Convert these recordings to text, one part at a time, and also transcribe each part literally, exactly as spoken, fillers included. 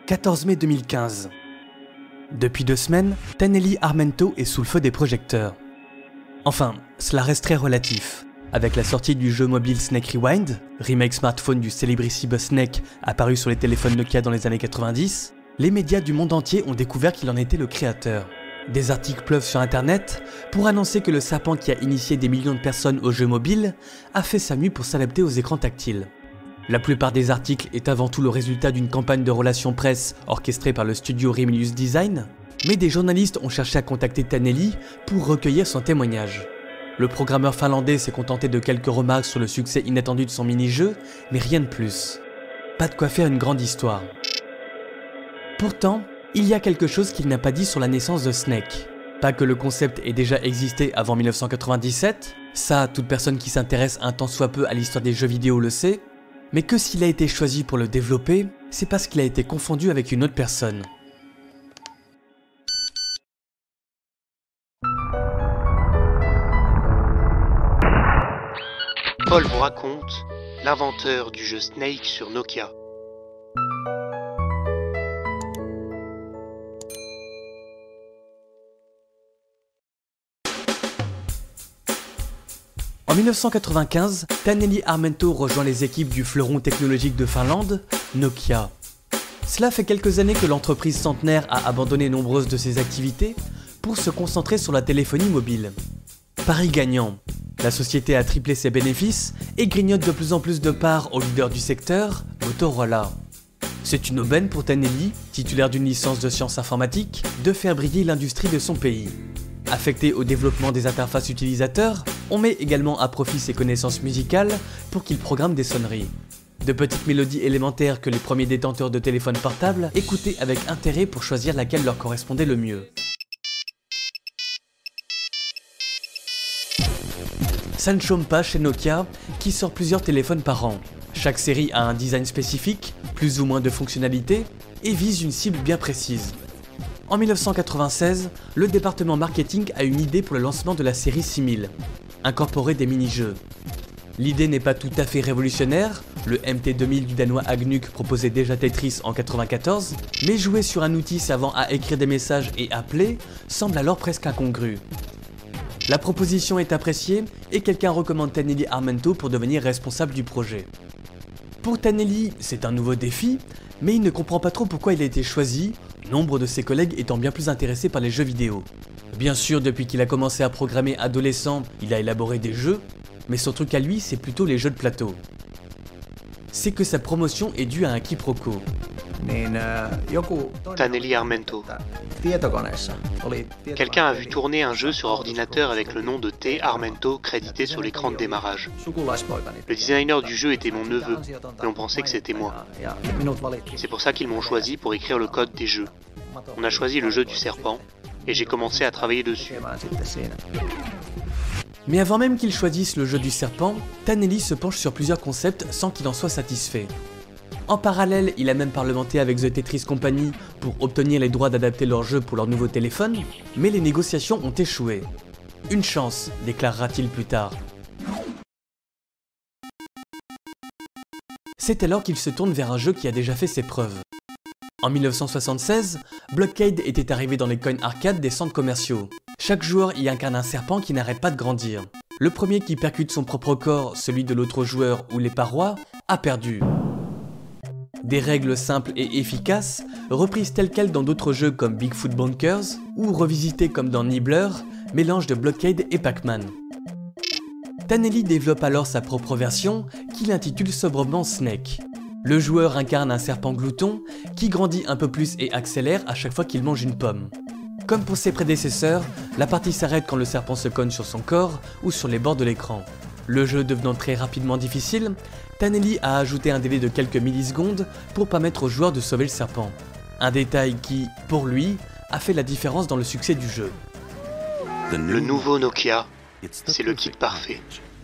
quatorze mai deux mille quinze. Depuis deux semaines, Taneli Armento est sous le feu des projecteurs. Enfin, cela reste très relatif. Avec la sortie du jeu mobile Snake Rewind, remake smartphone du célébrissime Snake apparu sur les téléphones Nokia dans les années quatre-vingt-dix, les médias du monde entier ont découvert qu'il en était le créateur. Des articles pleuvent sur internet pour annoncer que le serpent qui a initié des millions de personnes au jeu mobile a fait sa mue pour s'adapter aux écrans tactiles. La plupart des articles est avant tout le résultat d'une campagne de relations presse orchestrée par le studio Rimilius Design, mais des journalistes ont cherché à contacter Taneli pour recueillir son témoignage. Le programmeur finlandais s'est contenté de quelques remarques sur le succès inattendu de son mini-jeu, mais rien de plus. Pas de quoi faire une grande histoire. Pourtant, il y a quelque chose qu'il n'a pas dit sur la naissance de Snake. Pas que le concept ait déjà existé avant mille neuf cent quatre-vingt-dix-sept, ça toute personne qui s'intéresse un tant soit peu à l'histoire des jeux vidéo le sait, mais que s'il a été choisi pour le développer, c'est parce qu'il a été confondu avec une autre personne. Paul vous raconte l'inventeur du jeu Snake sur Nokia. En mille neuf cent quatre-vingt-quinze, Taneli Armento rejoint les équipes du fleuron technologique de Finlande, Nokia. Cela fait quelques années que l'entreprise centenaire a abandonné nombreuses de ses activités pour se concentrer sur la téléphonie mobile. Pari gagnant, la société a triplé ses bénéfices et grignote de plus en plus de parts au leader du secteur, Motorola. C'est une aubaine pour Taneli, titulaire d'une licence de sciences informatiques, de faire briller l'industrie de son pays. Affecté au développement des interfaces utilisateurs, on met également à profit ses connaissances musicales pour qu'il programme des sonneries. De petites mélodies élémentaires que les premiers détenteurs de téléphones portables écoutaient avec intérêt pour choisir laquelle leur correspondait le mieux. Ça ne chôme pas chez Nokia, qui sort plusieurs téléphones par an. Chaque série a un design spécifique, plus ou moins de fonctionnalités, et vise une cible bien précise. En mille neuf cent quatre-vingt-seize, le département marketing a une idée pour le lancement de la série six mille, incorporer des mini-jeux. L'idée n'est pas tout à fait révolutionnaire, le M T deux mille du danois Agnuk proposait déjà Tetris en quatre-vingt-quatorze, mais jouer sur un outil servant à écrire des messages et appeler semble alors presque incongru. La proposition est appréciée et quelqu'un recommande Taneli Armento pour devenir responsable du projet. Pour Taneli, c'est un nouveau défi, mais il ne comprend pas trop pourquoi il a été choisi, nombre de ses collègues étant bien plus intéressés par les jeux vidéo. Bien sûr, depuis qu'il a commencé à programmer adolescent, il a élaboré des jeux, mais son truc à lui, c'est plutôt les jeux de plateau. C'est que sa promotion est due à un quiproquo. Taneli Armento. Quelqu'un a vu tourner un jeu sur ordinateur avec le nom de T. Armento crédité sur l'écran de démarrage. Le designer du jeu était mon neveu, et on pensait que c'était moi. C'est pour ça qu'ils m'ont choisi pour écrire le code des jeux. On a choisi le jeu du serpent, et j'ai commencé à travailler dessus. Mais avant même qu'il choisisse le jeu du serpent, Taneli se penche sur plusieurs concepts sans qu'il en soit satisfait. En parallèle, il a même parlementé avec The Tetris Company pour obtenir les droits d'adapter leur jeu pour leur nouveau téléphone, mais les négociations ont échoué. Une chance, déclarera-t-il plus tard. C'est alors qu'il se tourne vers un jeu qui a déjà fait ses preuves. En mille neuf cent soixante-seize, Blockade était arrivé dans les coins arcade des centres commerciaux. Chaque joueur y incarne un serpent qui n'arrête pas de grandir. Le premier qui percute son propre corps, celui de l'autre joueur ou les parois, a perdu. Des règles simples et efficaces, reprises telles quelles dans d'autres jeux comme Bigfoot Bunkers, ou revisitées comme dans Nibbler, mélange de Blockade et Pac-Man. Taneli développe alors sa propre version, qu'il intitule sobrement Snake. Le joueur incarne un serpent glouton, qui grandit un peu plus et accélère à chaque fois qu'il mange une pomme. Comme pour ses prédécesseurs, la partie s'arrête quand le serpent se cogne sur son corps ou sur les bords de l'écran. Le jeu devenant très rapidement difficile, Taneli a ajouté un délai de quelques millisecondes pour permettre aux joueurs de sauver le serpent. Un détail qui, pour lui, a fait la différence dans le succès du jeu. Le nouveau Nokia, c'est le kit parfait.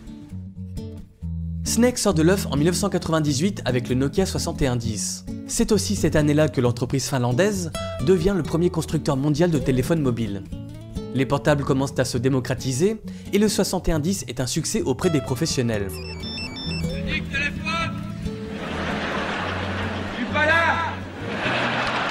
Snake sort de l'œuf en mille neuf cent quatre-vingt-dix-huit avec le Nokia soixante et un dix. C'est aussi cette année-là que l'entreprise finlandaise devient le premier constructeur mondial de téléphones mobiles. Les portables commencent à se démocratiser et le soixante et un dix est un succès auprès des professionnels. Unique téléphone. Je suis pas là.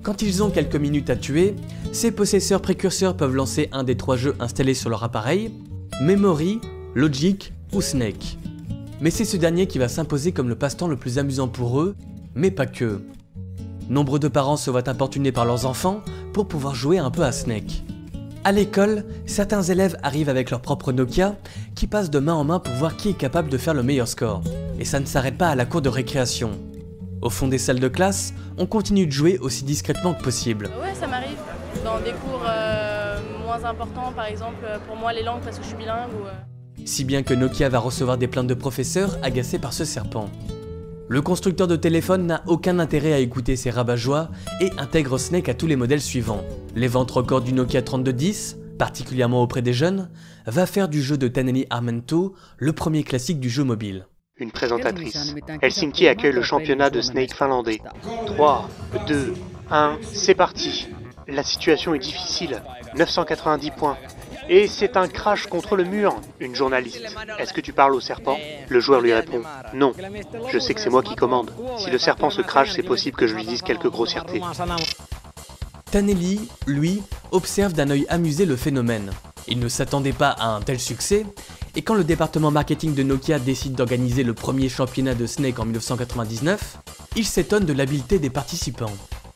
Quand ils ont quelques minutes à tuer, ces possesseurs précurseurs peuvent lancer un des trois jeux installés sur leur appareil, Memory, Logic ou Snake. Mais c'est ce dernier qui va s'imposer comme le passe-temps le plus amusant pour eux, mais pas que. Nombre de parents se voient importunés par leurs enfants pour pouvoir jouer un peu à Snake. À l'école, certains élèves arrivent avec leur propre Nokia qui passent de main en main pour voir qui est capable de faire le meilleur score. Et ça ne s'arrête pas à la cour de récréation. Au fond des salles de classe, on continue de jouer aussi discrètement que possible. Ouais, ça m'arrive. Dans des cours euh, moins importants, par exemple, pour moi les langues parce que je suis bilingue. Ou, euh... Si bien que Nokia va recevoir des plaintes de professeurs agacés par ce serpent. Le constructeur de téléphone n'a aucun intérêt à écouter ces rabat-joie et intègre Snake à tous les modèles suivants. Les ventes records du Nokia trente-deux dix, particulièrement auprès des jeunes, va faire du jeu de Taneli Armento le premier classique du jeu mobile. Une présentatrice. Helsinki accueille le championnat de Snake finlandais. trois, deux, un, c'est parti. La situation est difficile. neuf cent quatre-vingt-dix points. Et c'est un crash contre le mur. Une journaliste. Est-ce que tu parles au serpent? Le joueur lui répond. Non. Je sais que c'est moi qui commande. Si le serpent se crache, c'est possible que je lui dise quelques grossièretés. Taneli, lui, observe d'un œil amusé le phénomène. Il ne s'attendait pas à un tel succès, et quand le département marketing de Nokia décide d'organiser le premier championnat de Snake en mille neuf cent quatre-vingt-dix-neuf, il s'étonne de l'habileté des participants.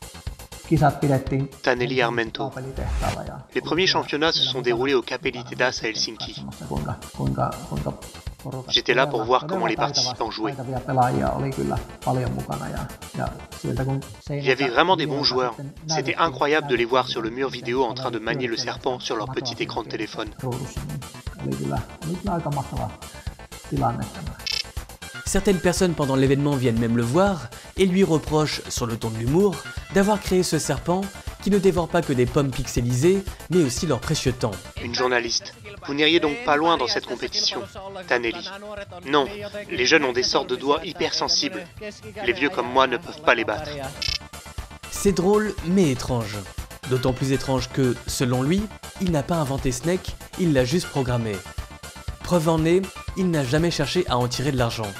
Taneli Armento. Les premiers championnats se sont déroulés au Capelitedas à Helsinki. J'étais là pour voir comment les participants jouaient. Il y avait vraiment des bons joueurs. C'était incroyable de les voir sur le mur vidéo en train de manier le serpent sur leur petit écran de téléphone. Certaines personnes pendant l'événement viennent même le voir et lui reprochent, sur le ton de l'humour, d'avoir créé ce serpent qui ne dévore pas que des pommes pixelisées, mais aussi leur précieux temps. Une journaliste. Vous n'iriez donc pas loin dans cette compétition, Taneli. Non, les jeunes ont des sortes de doigts hypersensibles. Les vieux comme moi ne peuvent pas les battre. C'est drôle, mais étrange. D'autant plus étrange que, selon lui, il n'a pas inventé Snake, il l'a juste programmé. Preuve en est, il n'a jamais cherché à en tirer de l'argent.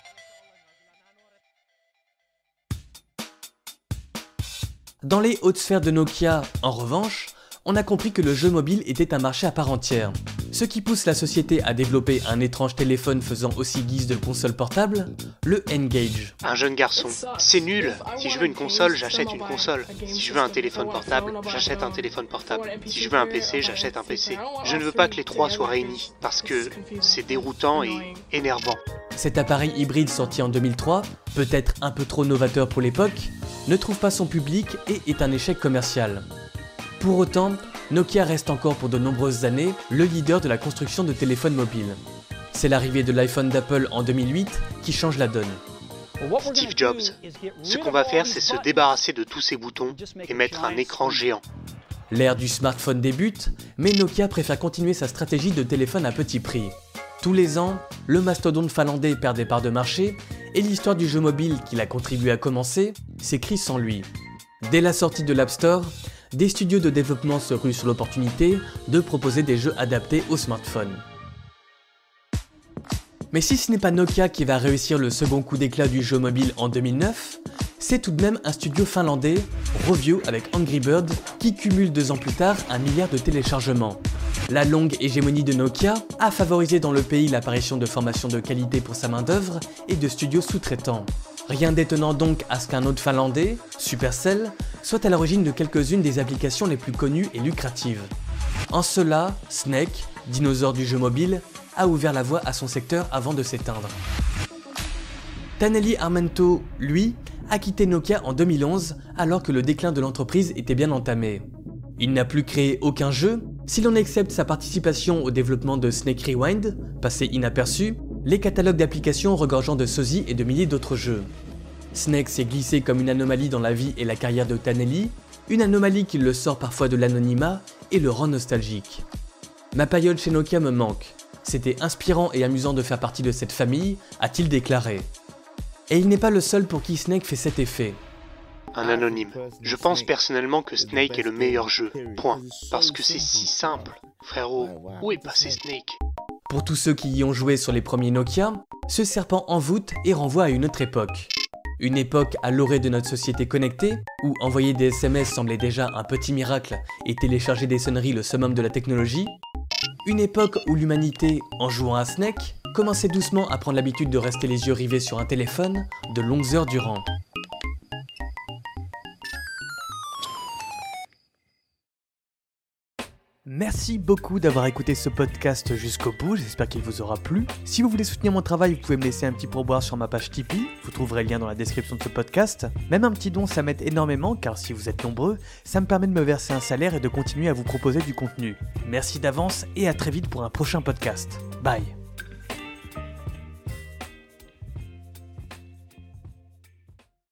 Dans les hautes sphères de Nokia, en revanche, on a compris que le jeu mobile était un marché à part entière, ce qui pousse la société à développer un étrange téléphone faisant aussi guise de console portable, le N-Gage. Un jeune garçon. C'est nul. Si je veux une console, j'achète une console. Si je veux un téléphone portable, j'achète un téléphone portable. Si je veux un P C, j'achète un P C. Je ne veux pas que les trois soient réunis, parce que c'est déroutant et énervant. Cet appareil hybride sorti en deux mille trois, peut-être un peu trop novateur pour l'époque, ne trouve pas son public et est un échec commercial. Pour autant, Nokia reste encore pour de nombreuses années le leader de la construction de téléphones mobiles. C'est l'arrivée de l'iPhone d'Apple en deux mille huit qui change la donne. Steve Jobs. Ce qu'on va faire, c'est se débarrasser de tous ces boutons et mettre un écran géant. L'ère du smartphone débute, mais Nokia préfère continuer sa stratégie de téléphone à petit prix. Tous les ans, le mastodonte finlandais perd des parts de marché et l'histoire du jeu mobile qu'il a contribué à commencer s'écrit sans lui. Dès la sortie de l'App Store, des studios de développement se ruent sur l'opportunité de proposer des jeux adaptés aux smartphones. Mais si ce n'est pas Nokia qui va réussir le second coup d'éclat du jeu mobile en deux mille neuf, c'est tout de même un studio finlandais, Rovio avec Angry Bird, qui cumule deux ans plus tard un milliard de téléchargements. La longue hégémonie de Nokia a favorisé dans le pays l'apparition de formations de qualité pour sa main-d'œuvre et de studios sous-traitants. Rien d'étonnant donc à ce qu'un autre finlandais, Supercell, soit à l'origine de quelques-unes des applications les plus connues et lucratives. En cela, Snake, dinosaure du jeu mobile, a ouvert la voie à son secteur avant de s'éteindre. Taneli Armento, lui, a quitté Nokia en deux mille onze alors que le déclin de l'entreprise était bien entamé. Il n'a plus créé aucun jeu, si l'on accepte sa participation au développement de Snake Rewind, passé inaperçu, les catalogues d'applications regorgeant de sosies et de milliers d'autres jeux. Snake s'est glissé comme une anomalie dans la vie et la carrière de Taneli, une anomalie qui le sort parfois de l'anonymat et le rend nostalgique. Ma période chez Nokia me manque. C'était inspirant et amusant de faire partie de cette famille, a-t-il déclaré. Et il n'est pas le seul pour qui Snake fait cet effet. Un anonyme. Je pense personnellement que Snake est le meilleur jeu. Point. Parce que c'est si simple. Frérot, où est passé Snake? Pour tous ceux qui y ont joué sur les premiers Nokia, ce serpent envoûte et renvoie à une autre époque. Une époque à l'orée de notre société connectée, où envoyer des S M S semblait déjà un petit miracle et télécharger des sonneries le summum de la technologie. Une époque où l'humanité, en jouant à Snake, commençait doucement à prendre l'habitude de rester les yeux rivés sur un téléphone de longues heures durant. Merci beaucoup d'avoir écouté ce podcast jusqu'au bout, j'espère qu'il vous aura plu. Si vous voulez soutenir mon travail, vous pouvez me laisser un petit pourboire sur ma page Tipeee, vous trouverez le lien dans la description de ce podcast. Même un petit don, ça m'aide énormément, car si vous êtes nombreux, ça me permet de me verser un salaire et de continuer à vous proposer du contenu. Merci d'avance et à très vite pour un prochain podcast. Bye.